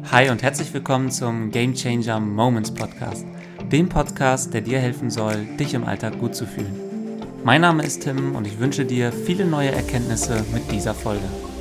Hi und herzlich willkommen zum Game Changer Moments Podcast, dem Podcast, der dir helfen soll, dich im Alltag gut zu fühlen. Mein Name ist Tim und ich wünsche dir viele neue Erkenntnisse mit dieser Folge.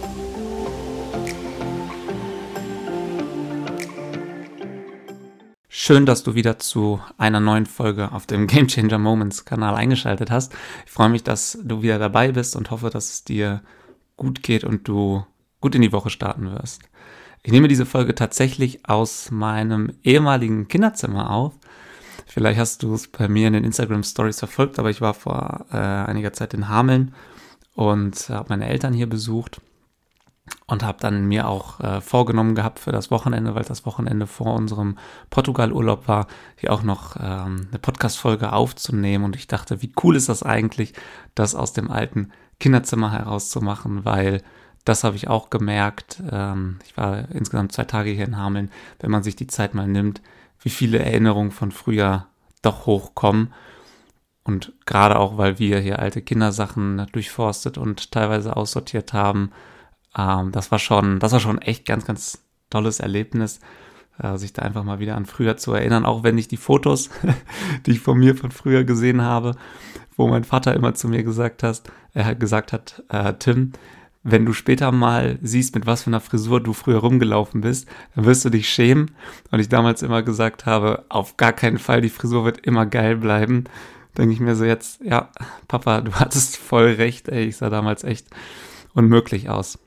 Schön, dass du wieder zu einer neuen Folge auf dem Game Changer Moments Kanal eingeschaltet hast. Ich freue mich, dass du wieder dabei bist und hoffe, dass es dir gut geht und du gut in die Woche starten wirst. Ich nehme diese Folge tatsächlich aus meinem ehemaligen Kinderzimmer auf. Vielleicht hast du es bei mir in den Instagram Stories verfolgt, aber ich war vor einiger Zeit in Hameln und habe meine Eltern hier besucht und habe dann mir auch vorgenommen gehabt für das Wochenende, weil das Wochenende vor unserem Portugal-Urlaub war, hier auch noch eine Podcast-Folge aufzunehmen. Und ich dachte, wie cool ist das eigentlich, das aus dem alten Kinderzimmer herauszumachen, weil das habe ich auch gemerkt. Ich war insgesamt 2 Tage hier in Hameln, wenn man sich die Zeit mal nimmt, wie viele Erinnerungen von früher doch hochkommen. Und gerade auch, weil wir hier alte Kindersachen durchforstet und teilweise aussortiert haben. Das war schon echt ganz, ganz tolles Erlebnis, sich da einfach mal wieder an früher zu erinnern, auch wenn ich die Fotos, die ich von mir von früher gesehen habe, wo mein Vater immer zu mir gesagt hat, Tim, wenn du später mal siehst, mit was für einer Frisur du früher rumgelaufen bist, dann wirst du dich schämen. Und ich damals immer gesagt habe, auf gar keinen Fall, die Frisur wird immer geil bleiben. Denke ich mir so jetzt, ja, Papa, du hattest voll recht, ich sah damals echt unmöglich aus.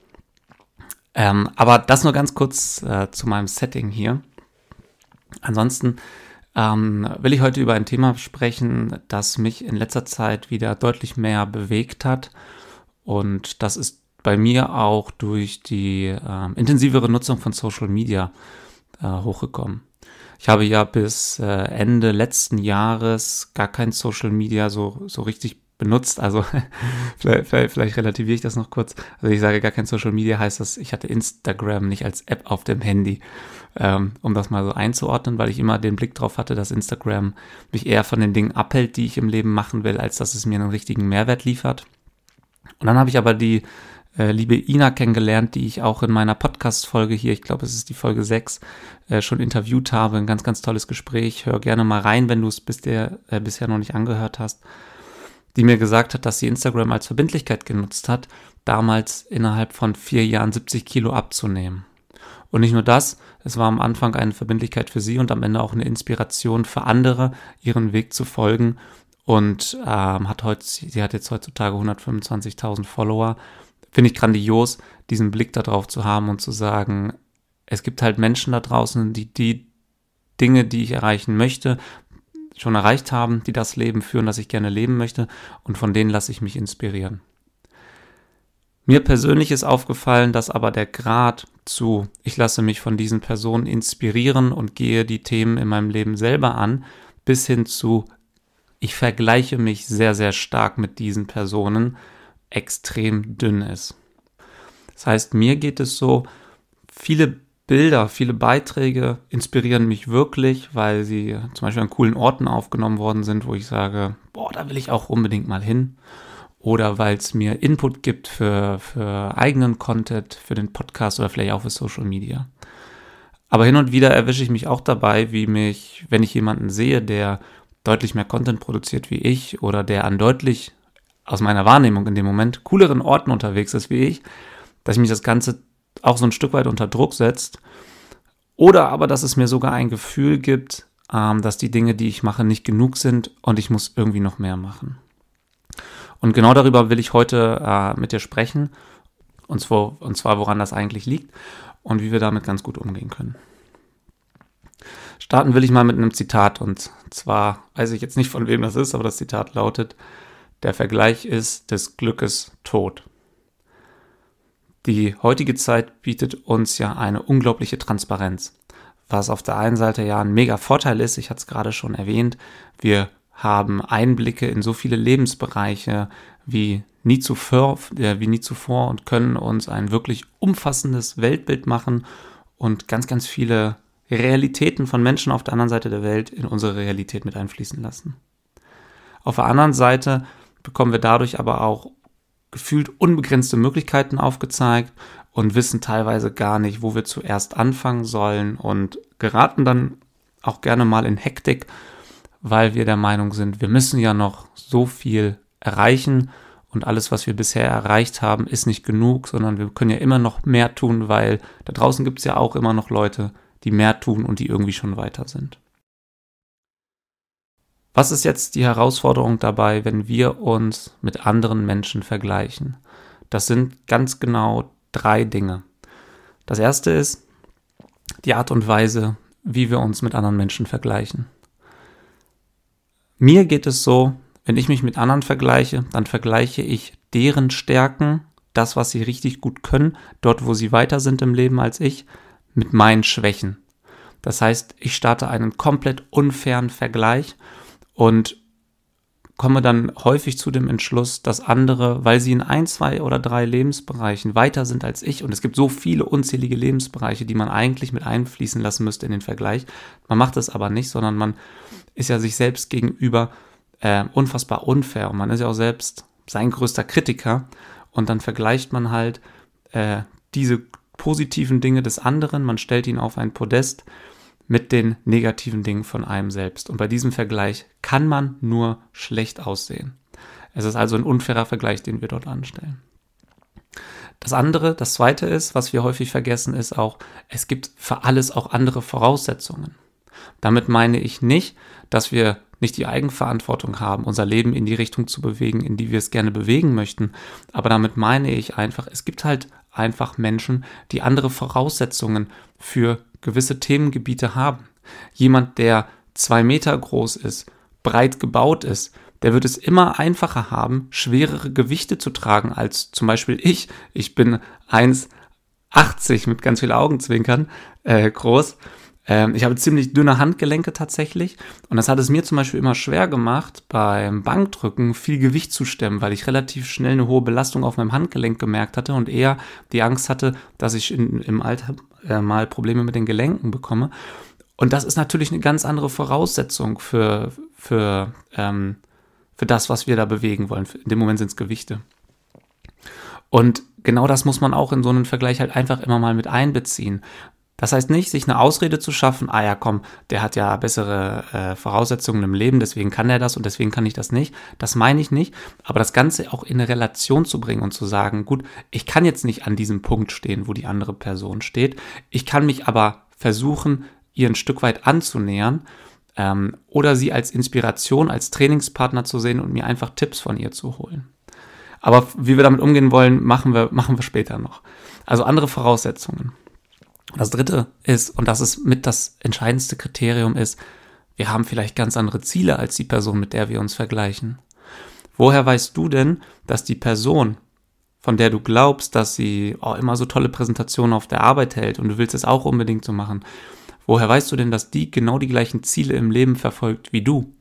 Aber das nur ganz kurz zu meinem Setting hier. Ansonsten will ich heute über ein Thema sprechen, das mich in letzter Zeit wieder deutlich mehr bewegt hat. Und das ist bei mir auch durch die intensivere Nutzung von Social Media hochgekommen. Ich habe ja bis Ende letzten Jahres gar kein Social Media so richtig benutzt. Also vielleicht relativiere ich das noch kurz. Also ich sage gar kein Social Media, heißt das, ich hatte Instagram nicht als App auf dem Handy, um das mal so einzuordnen, weil ich immer den Blick drauf hatte, dass Instagram mich eher von den Dingen abhält, die ich im Leben machen will, als dass es mir einen richtigen Mehrwert liefert. Und dann habe ich aber die liebe Ina kennengelernt, die ich auch in meiner Podcast-Folge hier, ich glaube, es ist die Folge 6, schon interviewt habe. Ein ganz, ganz tolles Gespräch. Hör gerne mal rein, wenn du es bisher noch nicht angehört hast. Die mir gesagt hat, dass sie Instagram als Verbindlichkeit genutzt hat, damals innerhalb von 4 Jahren 70 Kilo abzunehmen. Und nicht nur das, es war am Anfang eine Verbindlichkeit für sie und am Ende auch eine Inspiration für andere, ihren Weg zu folgen. Und sie hat jetzt heutzutage 125.000 Follower. Finde ich grandios, diesen Blick darauf zu haben und zu sagen, es gibt halt Menschen da draußen, die Dinge, die ich erreichen möchte, schon erreicht haben, die das Leben führen, das ich gerne leben möchte, und von denen lasse ich mich inspirieren. Mir persönlich ist aufgefallen, dass aber der Grad zu, ich lasse mich von diesen Personen inspirieren und gehe die Themen in meinem Leben selber an, bis hin zu, ich vergleiche mich sehr, sehr stark mit diesen Personen, extrem dünn ist. Das heißt, mir geht es so, viele Bilder, viele Beiträge inspirieren mich wirklich, weil sie zum Beispiel an coolen Orten aufgenommen worden sind, wo ich sage, boah, da will ich auch unbedingt mal hin. Oder weil es mir Input gibt für eigenen Content, für den Podcast oder vielleicht auch für Social Media. Aber hin und wieder erwische ich mich auch dabei, wenn ich jemanden sehe, der deutlich mehr Content produziert wie ich oder der an deutlich, aus meiner Wahrnehmung in dem Moment, cooleren Orten unterwegs ist wie ich, dass mich das Ganze auch so ein Stück weit unter Druck setzt. Oder aber, dass es mir sogar ein Gefühl gibt, dass die Dinge, die ich mache, nicht genug sind und ich muss irgendwie noch mehr machen. Und genau darüber will ich heute mit dir sprechen. Und zwar, woran das eigentlich liegt und wie wir damit ganz gut umgehen können. Starten will ich mal mit einem Zitat. Und zwar weiß ich jetzt nicht, von wem das ist, aber das Zitat lautet: Der Vergleich ist des Glückes Tod. Die heutige Zeit bietet uns ja eine unglaubliche Transparenz, was auf der einen Seite ja ein mega Vorteil ist. Ich hatte es gerade schon erwähnt, wir haben Einblicke in so viele Lebensbereiche wie nie zuvor und können uns ein wirklich umfassendes Weltbild machen und ganz, ganz viele Realitäten von Menschen auf der anderen Seite der Welt in unsere Realität mit einfließen lassen. Auf der anderen Seite bekommen wir dadurch aber auch gefühlt unbegrenzte Möglichkeiten aufgezeigt und wissen teilweise gar nicht, wo wir zuerst anfangen sollen und geraten dann auch gerne mal in Hektik, weil wir der Meinung sind, wir müssen ja noch so viel erreichen und alles, was wir bisher erreicht haben, ist nicht genug, sondern wir können ja immer noch mehr tun, weil da draußen gibt es ja auch immer noch Leute, die mehr tun und die irgendwie schon weiter sind. Was ist jetzt die Herausforderung dabei, wenn wir uns mit anderen Menschen vergleichen? Das sind ganz genau 3 Dinge. Das erste ist die Art und Weise, wie wir uns mit anderen Menschen vergleichen. Mir geht es so, wenn ich mich mit anderen vergleiche, dann vergleiche ich deren Stärken, das, was sie richtig gut können, dort, wo sie weiter sind im Leben als ich, mit meinen Schwächen. Das heißt, ich starte einen komplett unfairen Vergleich und komme dann häufig zu dem Entschluss, dass andere, weil sie in 1, 2 oder 3 Lebensbereichen weiter sind als ich, und es gibt so viele unzählige Lebensbereiche, die man eigentlich mit einfließen lassen müsste in den Vergleich, man macht es aber nicht, sondern man ist ja sich selbst gegenüber unfassbar unfair und man ist ja auch selbst sein größter Kritiker und dann vergleicht man halt diese positiven Dinge des anderen, man stellt ihn auf ein Podest mit den negativen Dingen von einem selbst. Und bei diesem Vergleich kann man nur schlecht aussehen. Es ist also ein unfairer Vergleich, den wir dort anstellen. Das zweite ist, was wir häufig vergessen, ist auch, es gibt für alles auch andere Voraussetzungen. Damit meine ich nicht, dass wir nicht die Eigenverantwortung haben, unser Leben in die Richtung zu bewegen, in die wir es gerne bewegen möchten. Aber damit meine ich einfach, es gibt halt einfach Menschen, die andere Voraussetzungen für gewisse Themengebiete haben. Jemand, der 2 Meter groß ist, breit gebaut ist, der wird es immer einfacher haben, schwerere Gewichte zu tragen als zum Beispiel ich. Ich bin 1,80 mit ganz viel Augenzwinkern groß. Ich habe ziemlich dünne Handgelenke tatsächlich und das hat es mir zum Beispiel immer schwer gemacht, beim Bankdrücken viel Gewicht zu stemmen, weil ich relativ schnell eine hohe Belastung auf meinem Handgelenk gemerkt hatte und eher die Angst hatte, dass ich im Alter mal Probleme mit den Gelenken bekomme. Und das ist natürlich eine ganz andere Voraussetzung für das, was wir da bewegen wollen. In dem Moment sind es Gewichte. Und genau das muss man auch in so einen Vergleich halt einfach immer mal mit einbeziehen. Das heißt nicht, sich eine Ausrede zu schaffen, ja komm, der hat ja bessere Voraussetzungen im Leben, deswegen kann er das und deswegen kann ich das nicht. Das meine ich nicht, aber das Ganze auch in eine Relation zu bringen und zu sagen, gut, ich kann jetzt nicht an diesem Punkt stehen, wo die andere Person steht. Ich kann mich aber versuchen, ihr ein Stück weit anzunähern oder sie als Inspiration, als Trainingspartner zu sehen und mir einfach Tipps von ihr zu holen. Aber wie wir damit umgehen wollen, machen wir später noch. Also andere Voraussetzungen. Das dritte ist, und das ist mit das entscheidendste Kriterium ist, wir haben vielleicht ganz andere Ziele als die Person, mit der wir uns vergleichen. Woher weißt du denn, dass die Person, von der du glaubst, dass sie immer so tolle Präsentationen auf der Arbeit hält und du willst es auch unbedingt so machen, woher weißt du denn, dass die genau die gleichen Ziele im Leben verfolgt wie du?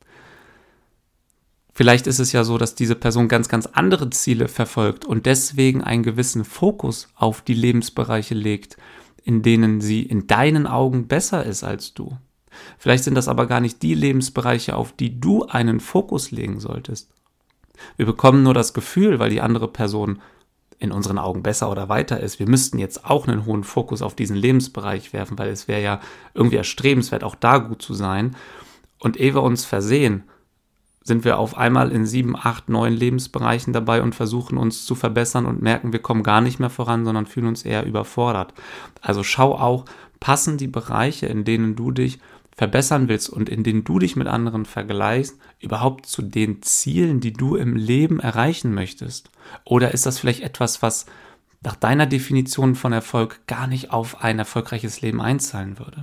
Vielleicht ist es ja so, dass diese Person ganz, ganz andere Ziele verfolgt und deswegen einen gewissen Fokus auf die Lebensbereiche legt, in denen sie in deinen Augen besser ist als du. Vielleicht sind das aber gar nicht die Lebensbereiche, auf die du einen Fokus legen solltest. Wir bekommen nur das Gefühl, weil die andere Person in unseren Augen besser oder weiter ist, wir müssten jetzt auch einen hohen Fokus auf diesen Lebensbereich werfen, weil es wäre ja irgendwie erstrebenswert, auch da gut zu sein. Und ehe wir uns versehen, sind wir auf einmal in 7, 8, 9 Lebensbereichen dabei und versuchen uns zu verbessern und merken, wir kommen gar nicht mehr voran, sondern fühlen uns eher überfordert. Also schau auch, passen die Bereiche, in denen du dich verbessern willst und in denen du dich mit anderen vergleichst, überhaupt zu den Zielen, die du im Leben erreichen möchtest? Oder ist das vielleicht etwas, was nach deiner Definition von Erfolg gar nicht auf ein erfolgreiches Leben einzahlen würde?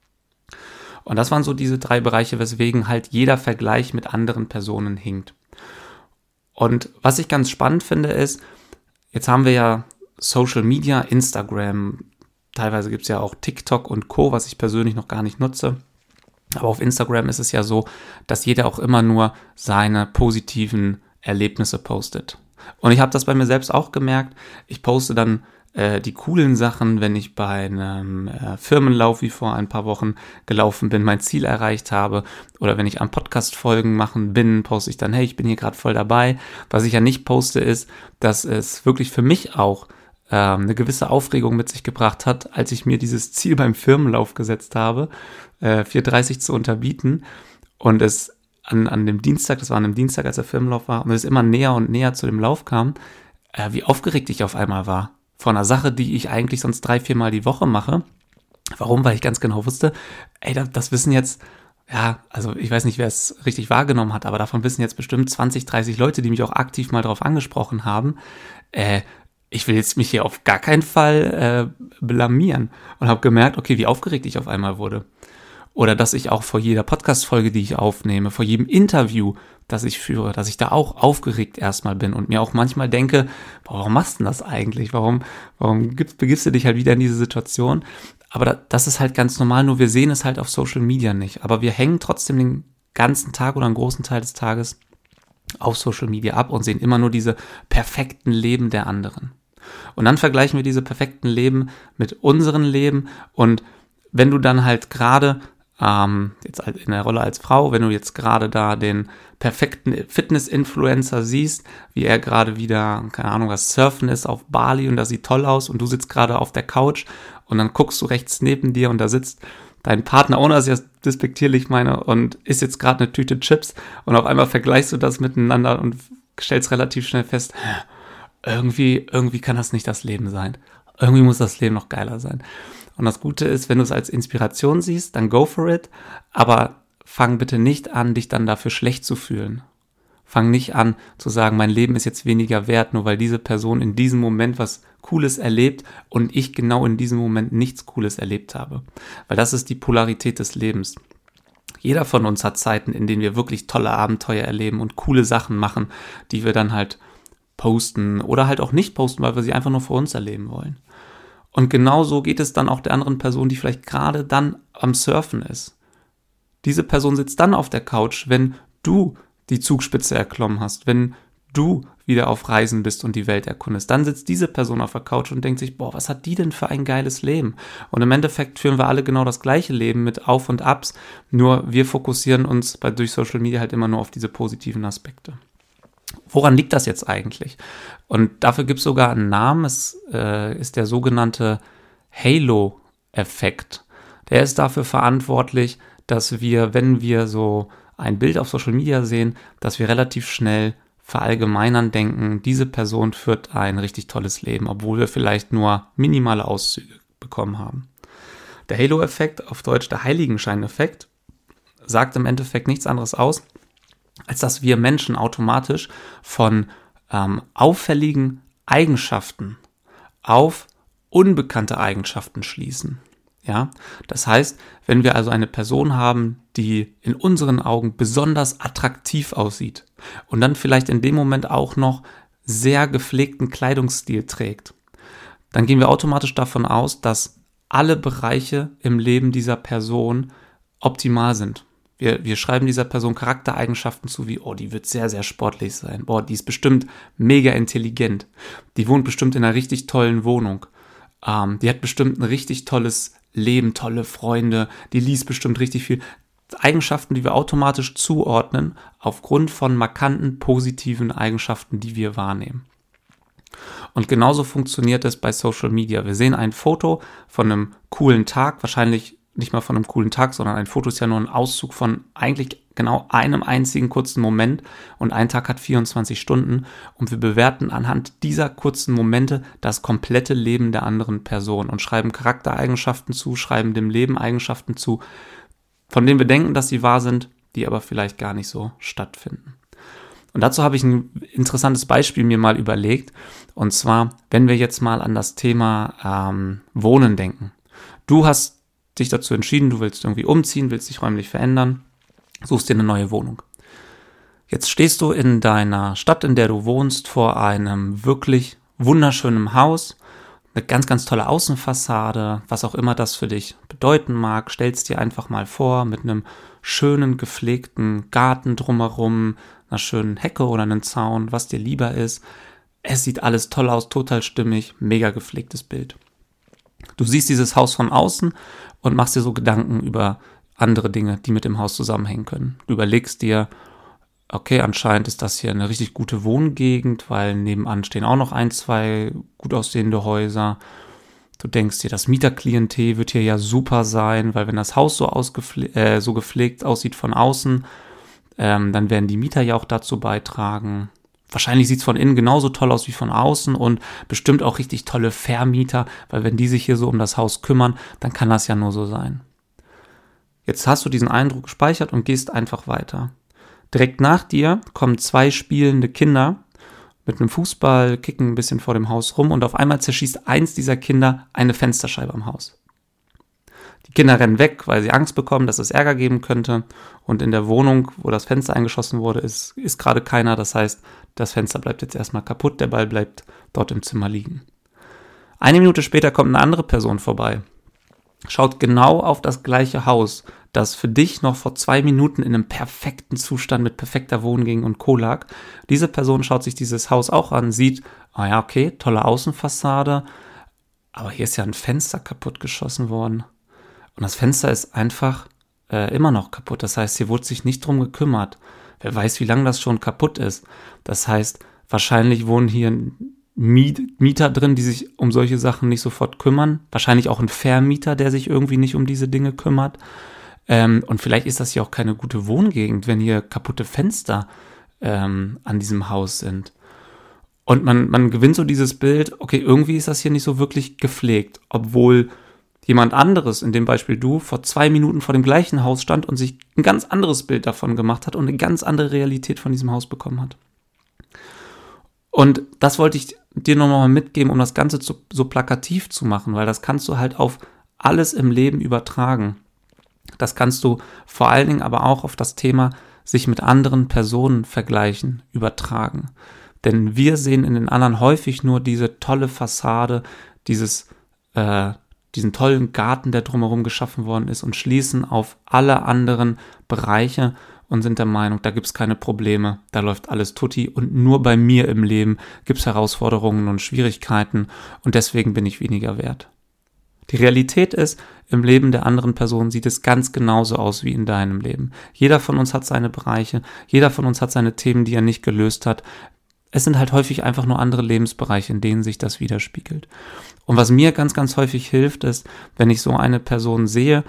Und das waren so diese 3 Bereiche, weswegen halt jeder Vergleich mit anderen Personen hinkt. Und was ich ganz spannend finde ist, jetzt haben wir ja Social Media, Instagram, teilweise gibt es ja auch TikTok und Co., was ich persönlich noch gar nicht nutze. Aber auf Instagram ist es ja so, dass jeder auch immer nur seine positiven Erlebnisse postet. Und ich habe das bei mir selbst auch gemerkt. Ich poste dann die coolen Sachen, wenn ich bei einem Firmenlauf wie vor ein paar Wochen gelaufen bin, mein Ziel erreicht habe, oder wenn ich an Podcast-Folgen machen bin, poste ich dann, hey, ich bin hier gerade voll dabei. Was ich ja nicht poste, ist, dass es wirklich für mich auch eine gewisse Aufregung mit sich gebracht hat, als ich mir dieses Ziel beim Firmenlauf gesetzt habe, 4:30 zu unterbieten, und es an dem Dienstag, das war an dem Dienstag, als der Firmenlauf war, und es immer näher und näher zu dem Lauf kam, wie aufgeregt ich auf einmal war. Von einer Sache, die ich eigentlich sonst 3-4 Mal die Woche mache. Warum? Weil ich ganz genau wusste, ey, das wissen jetzt, ja, also ich weiß nicht, wer es richtig wahrgenommen hat, aber davon wissen jetzt bestimmt 20, 30 Leute, die mich auch aktiv mal drauf angesprochen haben. Ich will jetzt mich hier auf gar keinen Fall blamieren, und habe gemerkt, okay, wie aufgeregt ich auf einmal wurde. Oder dass ich auch vor jeder Podcast-Folge, die ich aufnehme, vor jedem Interview, das ich führe, dass ich da auch aufgeregt erstmal bin und mir auch manchmal denke, boah, warum machst du denn das eigentlich? Warum begibst du dich halt wieder in diese Situation? Aber das ist halt ganz normal, nur wir sehen es halt auf Social Media nicht. Aber wir hängen trotzdem den ganzen Tag oder einen großen Teil des Tages auf Social Media ab und sehen immer nur diese perfekten Leben der anderen. Und dann vergleichen wir diese perfekten Leben mit unseren Leben, und wenn du dann halt gerade jetzt in der Rolle als Frau, wenn du jetzt gerade da den perfekten Fitness-Influencer siehst, wie er gerade wieder, keine Ahnung, was surfen ist auf Bali, und das sieht toll aus, und du sitzt gerade auf der Couch und dann guckst du rechts neben dir und da sitzt dein Partner, ohne dass ich das despektierlich meine, und isst jetzt gerade eine Tüte Chips, und auf einmal vergleichst du das miteinander und stellst relativ schnell fest, irgendwie kann das nicht das Leben sein. Irgendwie muss das Leben noch geiler sein. Und das Gute ist, wenn du es als Inspiration siehst, dann go for it, aber fang bitte nicht an, dich dann dafür schlecht zu fühlen. Fang nicht an zu sagen, mein Leben ist jetzt weniger wert, nur weil diese Person in diesem Moment was Cooles erlebt und ich genau in diesem Moment nichts Cooles erlebt habe. Weil das ist die Polarität des Lebens. Jeder von uns hat Zeiten, in denen wir wirklich tolle Abenteuer erleben und coole Sachen machen, die wir dann halt posten oder halt auch nicht posten, weil wir sie einfach nur für uns erleben wollen. Und genauso geht es dann auch der anderen Person, die vielleicht gerade dann am Surfen ist. Diese Person sitzt dann auf der Couch, wenn du die Zugspitze erklommen hast, wenn du wieder auf Reisen bist und die Welt erkundest. Dann sitzt diese Person auf der Couch und denkt sich, boah, was hat die denn für ein geiles Leben? Und im Endeffekt führen wir alle genau das gleiche Leben mit Auf und Abs, nur wir fokussieren uns durch Social Media halt immer nur auf diese positiven Aspekte. Woran liegt das jetzt eigentlich? Und dafür gibt es sogar einen Namen, es ist der sogenannte Halo-Effekt. Der ist dafür verantwortlich, dass wir, wenn wir so ein Bild auf Social Media sehen, dass wir relativ schnell verallgemeinern denken, diese Person führt ein richtig tolles Leben, obwohl wir vielleicht nur minimale Auszüge bekommen haben. Der Halo-Effekt, auf Deutsch der Heiligenschein-Effekt, sagt im Endeffekt nichts anderes aus, als dass wir Menschen automatisch von auffälligen Eigenschaften auf unbekannte Eigenschaften schließen. Ja? Das heißt, wenn wir also eine Person haben, die in unseren Augen besonders attraktiv aussieht und dann vielleicht in dem Moment auch noch sehr gepflegten Kleidungsstil trägt, dann gehen wir automatisch davon aus, dass alle Bereiche im Leben dieser Person optimal sind. Wir schreiben dieser Person Charaktereigenschaften zu, wie, oh, die wird sehr, sehr sportlich sein. Boah, die ist bestimmt mega intelligent. Die wohnt bestimmt in einer richtig tollen Wohnung. Die hat bestimmt ein richtig tolles Leben, tolle Freunde. Die liest bestimmt richtig viel. Eigenschaften, die wir automatisch zuordnen, aufgrund von markanten, positiven Eigenschaften, die wir wahrnehmen. Und genauso funktioniert es bei Social Media. Wir sehen ein Foto von einem coolen Tag, wahrscheinlich nicht mal von einem coolen Tag, sondern ein Foto ist ja nur ein Auszug von eigentlich genau einem einzigen kurzen Moment, und ein Tag hat 24 Stunden, und wir bewerten anhand dieser kurzen Momente das komplette Leben der anderen Person und schreiben Charaktereigenschaften zu, schreiben dem Leben Eigenschaften zu, von denen wir denken, dass sie wahr sind, die aber vielleicht gar nicht so stattfinden. Und dazu habe ich ein interessantes Beispiel mir mal überlegt, und zwar, wenn wir jetzt mal an das Thema Wohnen denken. Du hast dich dazu entschieden, du willst irgendwie umziehen, willst dich räumlich verändern, suchst dir eine neue Wohnung. Jetzt stehst du in deiner Stadt, in der du wohnst, vor einem wirklich wunderschönen Haus, eine ganz, ganz tolle Außenfassade, was auch immer das für dich bedeuten mag. Stellst dir einfach mal vor, mit einem schönen, gepflegten Garten drumherum, einer schönen Hecke oder einem Zaun, was dir lieber ist. Es sieht alles toll aus, total stimmig, mega gepflegtes Bild. Du siehst dieses Haus von außen und machst dir so Gedanken über andere Dinge, die mit dem Haus zusammenhängen können. Du überlegst dir, okay, anscheinend ist das hier eine richtig gute Wohngegend, weil nebenan stehen auch noch 1, 2 gut aussehende Häuser. Du denkst dir, das Mieterklientel wird hier ja super sein, weil wenn das Haus so gepflegt aussieht von außen, dann werden die Mieter ja auch dazu beitragen. Wahrscheinlich sieht es von innen genauso toll aus wie von außen und bestimmt auch richtig tolle Vermieter, weil wenn die sich hier so um das Haus kümmern, dann kann das ja nur so sein. Jetzt hast du diesen Eindruck gespeichert und gehst einfach weiter. Direkt nach dir kommen 2 spielende Kinder mit einem Fußball, kicken ein bisschen vor dem Haus rum und auf einmal zerschießt eins dieser Kinder eine Fensterscheibe am Haus. Die Kinder rennen weg, weil sie Angst bekommen, dass es Ärger geben könnte. Und in der Wohnung, wo das Fenster eingeschossen wurde, ist gerade keiner. Das heißt, das Fenster bleibt jetzt erstmal kaputt, der Ball bleibt dort im Zimmer liegen. 1 Minute später kommt eine andere Person vorbei, schaut genau auf das gleiche Haus, das für dich noch vor 2 Minuten in einem perfekten Zustand mit perfekter Wohngegend und Co. lag. Diese Person schaut sich dieses Haus auch an, sieht, ah ja, okay, tolle Außenfassade, aber hier ist ja ein Fenster kaputt geschossen worden. Und das Fenster ist einfach immer noch kaputt. Das heißt, hier wurde sich nicht drum gekümmert. Wer weiß, wie lange das schon kaputt ist. Das heißt, wahrscheinlich wohnen hier Mieter drin, die sich um solche Sachen nicht sofort kümmern. Wahrscheinlich auch ein Vermieter, der sich irgendwie nicht um diese Dinge kümmert. Und vielleicht ist das hier auch keine gute Wohngegend, wenn hier kaputte Fenster an diesem Haus sind. Und man gewinnt so dieses Bild, okay, irgendwie ist das hier nicht so wirklich gepflegt, obwohl jemand anderes, in dem Beispiel du, vor 2 Minuten vor dem gleichen Haus stand und sich ein ganz anderes Bild davon gemacht hat und eine ganz andere Realität von diesem Haus bekommen hat. Und das wollte ich dir nochmal mitgeben, um das Ganze so plakativ zu machen, weil das kannst du halt auf alles im Leben übertragen. Das kannst du vor allen Dingen aber auch auf das Thema sich mit anderen Personen vergleichen, übertragen. Denn wir sehen in den anderen häufig nur diese tolle Fassade, diesen tollen Garten, der drumherum geschaffen worden ist und schließen auf alle anderen Bereiche und sind der Meinung, da gibt es keine Probleme, da läuft alles tutti und nur bei mir im Leben gibt es Herausforderungen und Schwierigkeiten und deswegen bin ich weniger wert. Die Realität ist, im Leben der anderen Person sieht es ganz genauso aus wie in deinem Leben. Jeder von uns hat seine Bereiche, jeder von uns hat seine Themen, die er nicht gelöst hat. Es sind halt häufig einfach nur andere Lebensbereiche, in denen sich das widerspiegelt. Und was mir ganz, ganz häufig hilft, ist, wenn ich so eine Person sehe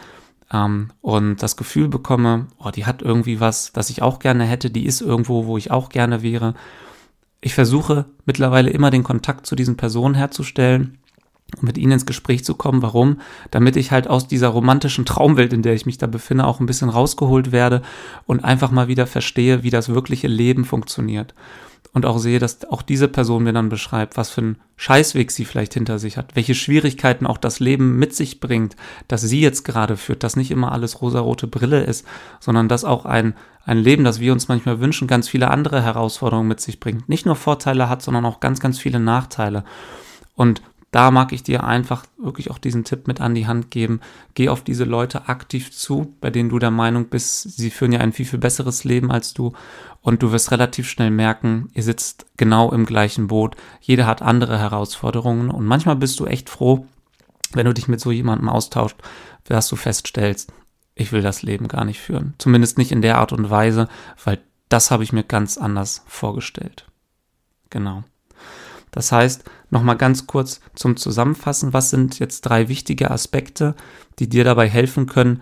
und das Gefühl bekomme, oh, die hat irgendwie was, das ich auch gerne hätte, die ist irgendwo, wo ich auch gerne wäre. Ich versuche mittlerweile immer den Kontakt zu diesen Personen herzustellen und mit ihnen ins Gespräch zu kommen. Warum? Damit ich halt aus dieser romantischen Traumwelt, in der ich mich da befinde, auch ein bisschen rausgeholt werde und einfach mal wieder verstehe, wie das wirkliche Leben funktioniert. Und auch sehe, dass auch diese Person mir dann beschreibt, was für einen Scheißweg sie vielleicht hinter sich hat, welche Schwierigkeiten auch das Leben mit sich bringt, dass sie jetzt gerade führt, dass nicht immer alles rosarote Brille ist, sondern dass auch ein Leben, das wir uns manchmal wünschen, ganz viele andere Herausforderungen mit sich bringt. Nicht nur Vorteile hat, sondern auch ganz, ganz viele Nachteile. Und da mag ich dir einfach wirklich auch diesen Tipp mit an die Hand geben. Geh auf diese Leute aktiv zu, bei denen du der Meinung bist, sie führen ja ein viel, viel besseres Leben als du. Und du wirst relativ schnell merken, ihr sitzt genau im gleichen Boot. Jeder hat andere Herausforderungen. Und manchmal bist du echt froh, wenn du dich mit so jemandem austauscht, dass du feststellst, ich will das Leben gar nicht führen. Zumindest nicht in der Art und Weise, weil das habe ich mir ganz anders vorgestellt. Genau. Das heißt, nochmal ganz kurz zum Zusammenfassen, was sind jetzt 3 wichtige Aspekte, die dir dabei helfen können,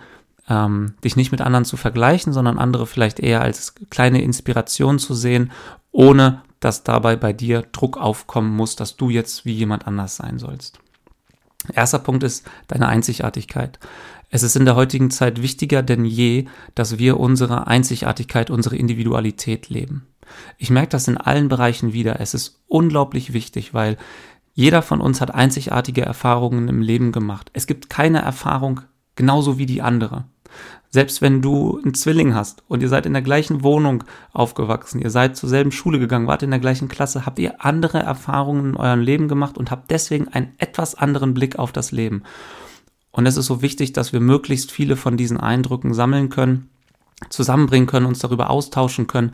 dich nicht mit anderen zu vergleichen, sondern andere vielleicht eher als kleine Inspiration zu sehen, ohne dass dabei bei dir Druck aufkommen muss, dass du jetzt wie jemand anders sein sollst. Erster Punkt ist deine Einzigartigkeit. Es ist in der heutigen Zeit wichtiger denn je, dass wir unsere Einzigartigkeit, unsere Individualität leben. Ich merke das in allen Bereichen wieder. Es ist unglaublich wichtig, weil jeder von uns hat einzigartige Erfahrungen im Leben gemacht. Es gibt keine Erfahrung genauso wie die andere. Selbst wenn du einen Zwilling hast und ihr seid in der gleichen Wohnung aufgewachsen, ihr seid zur selben Schule gegangen, wart in der gleichen Klasse, habt ihr andere Erfahrungen in eurem Leben gemacht und habt deswegen einen etwas anderen Blick auf das Leben. Und es ist so wichtig, dass wir möglichst viele von diesen Eindrücken sammeln können, zusammenbringen können, uns darüber austauschen können,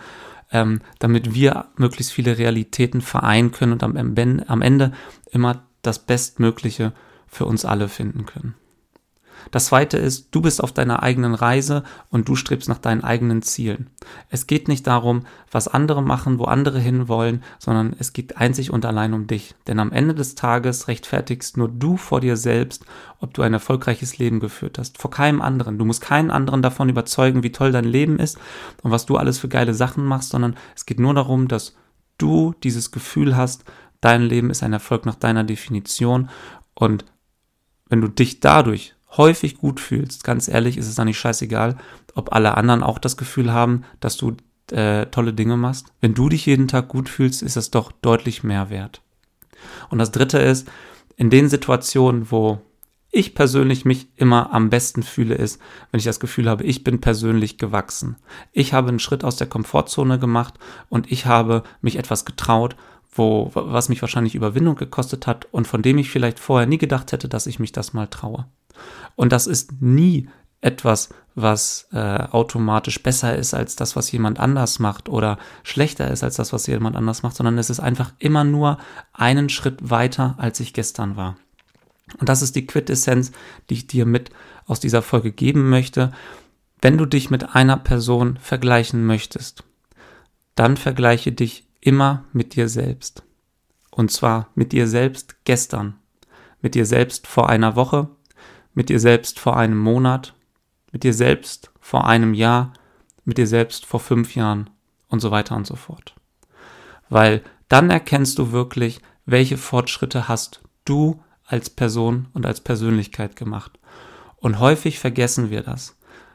damit wir möglichst viele Realitäten vereinen können und am Ende immer das Bestmögliche für uns alle finden können. Das Zweite ist, du bist auf deiner eigenen Reise und du strebst nach deinen eigenen Zielen. Es geht nicht darum, was andere machen, wo andere hinwollen, sondern es geht einzig und allein um dich. Denn am Ende des Tages rechtfertigst nur du vor dir selbst, ob du ein erfolgreiches Leben geführt hast. Vor keinem anderen. Du musst keinen anderen davon überzeugen, wie toll dein Leben ist und was du alles für geile Sachen machst, sondern es geht nur darum, dass du dieses Gefühl hast, dein Leben ist ein Erfolg nach deiner Definition, und wenn du dich dadurch häufig gut fühlst, ganz ehrlich, ist es dann nicht scheißegal, ob alle anderen auch das Gefühl haben, dass du tolle Dinge machst. Wenn du dich jeden Tag gut fühlst, ist das doch deutlich mehr wert. Und das Dritte ist, in den Situationen, wo ich persönlich mich immer am besten fühle, ist, wenn ich das Gefühl habe, ich bin persönlich gewachsen. Ich habe einen Schritt aus der Komfortzone gemacht und ich habe mich etwas getraut, was mich wahrscheinlich Überwindung gekostet hat und von dem ich vielleicht vorher nie gedacht hätte, dass ich mich das mal traue. Und das ist nie etwas, was automatisch besser ist als das, was jemand anders macht oder schlechter ist als das, was jemand anders macht, sondern es ist einfach immer nur einen Schritt weiter, als ich gestern war. Und das ist die Quintessenz, die ich dir mit aus dieser Folge geben möchte. Wenn du dich mit einer Person vergleichen möchtest, dann vergleiche dich immer mit dir selbst. Und zwar mit dir selbst gestern, mit dir selbst vor einer Woche, mit dir selbst vor einem Monat, mit dir selbst vor einem Jahr, mit dir selbst vor 5 Jahren und so weiter und so fort. Weil dann erkennst du wirklich, welche Fortschritte hast du als Person und als Persönlichkeit gemacht. Und häufig vergessen wir das.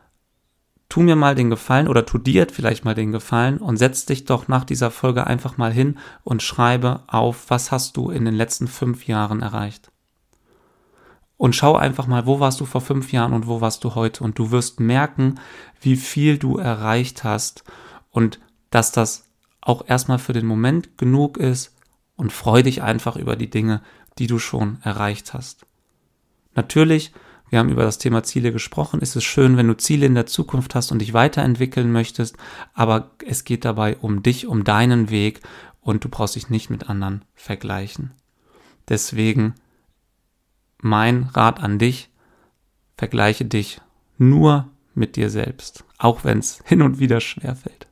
Tu mir mal den Gefallen oder tu dir vielleicht mal den Gefallen und setz dich doch nach dieser Folge einfach mal hin und schreibe auf, was hast du in den letzten 5 Jahren erreicht. Und schau einfach mal, wo warst du vor 5 Jahren und wo warst du heute. Und du wirst merken, wie viel du erreicht hast und dass das auch erstmal für den Moment genug ist, und freu dich einfach über die Dinge, die du schon erreicht hast. Natürlich, wir haben über das Thema Ziele gesprochen, ist es schön, wenn du Ziele in der Zukunft hast und dich weiterentwickeln möchtest, aber es geht dabei um dich, um deinen Weg, und du brauchst dich nicht mit anderen vergleichen. Deswegen mein Rat an dich: Vergleiche dich nur mit dir selbst, auch wenn es hin und wieder schwerfällt.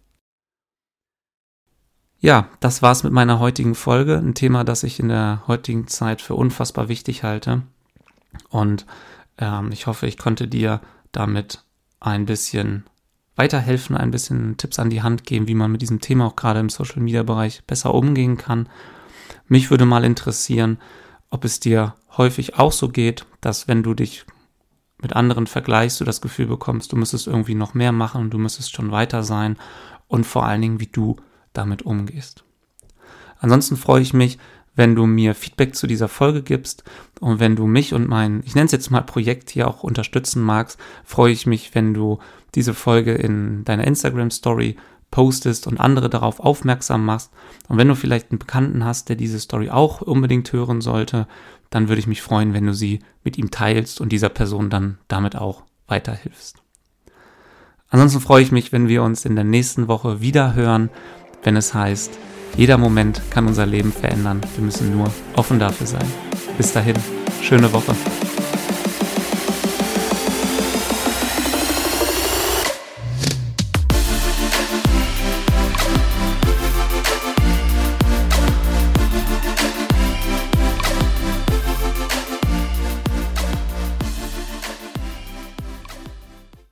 Ja, das war's mit meiner heutigen Folge. Ein Thema, das ich in der heutigen Zeit für unfassbar wichtig halte. Und ich hoffe, ich konnte dir damit ein bisschen weiterhelfen, ein bisschen Tipps an die Hand geben, wie man mit diesem Thema auch gerade im Social-Media-Bereich besser umgehen kann. Mich würde mal interessieren, ob es dir häufig auch so geht, dass wenn du dich mit anderen vergleichst, du das Gefühl bekommst, du müsstest irgendwie noch mehr machen, du müsstest schon weiter sein, und vor allen Dingen, wie du damit umgehst. Ansonsten freue ich mich, wenn du mir Feedback zu dieser Folge gibst, und wenn du mich und mein, ich nenne es jetzt mal Projekt hier auch unterstützen magst, freue ich mich, wenn du diese Folge in deiner Instagram-Story postest und andere darauf aufmerksam machst. Und wenn du vielleicht einen Bekannten hast, der diese Story auch unbedingt hören sollte, dann würde ich mich freuen, wenn du sie mit ihm teilst und dieser Person dann damit auch weiterhilfst. Ansonsten freue ich mich, wenn wir uns in der nächsten Woche wieder hören, wenn es heißt, jeder Moment kann unser Leben verändern. Wir müssen nur offen dafür sein. Bis dahin, schöne Woche.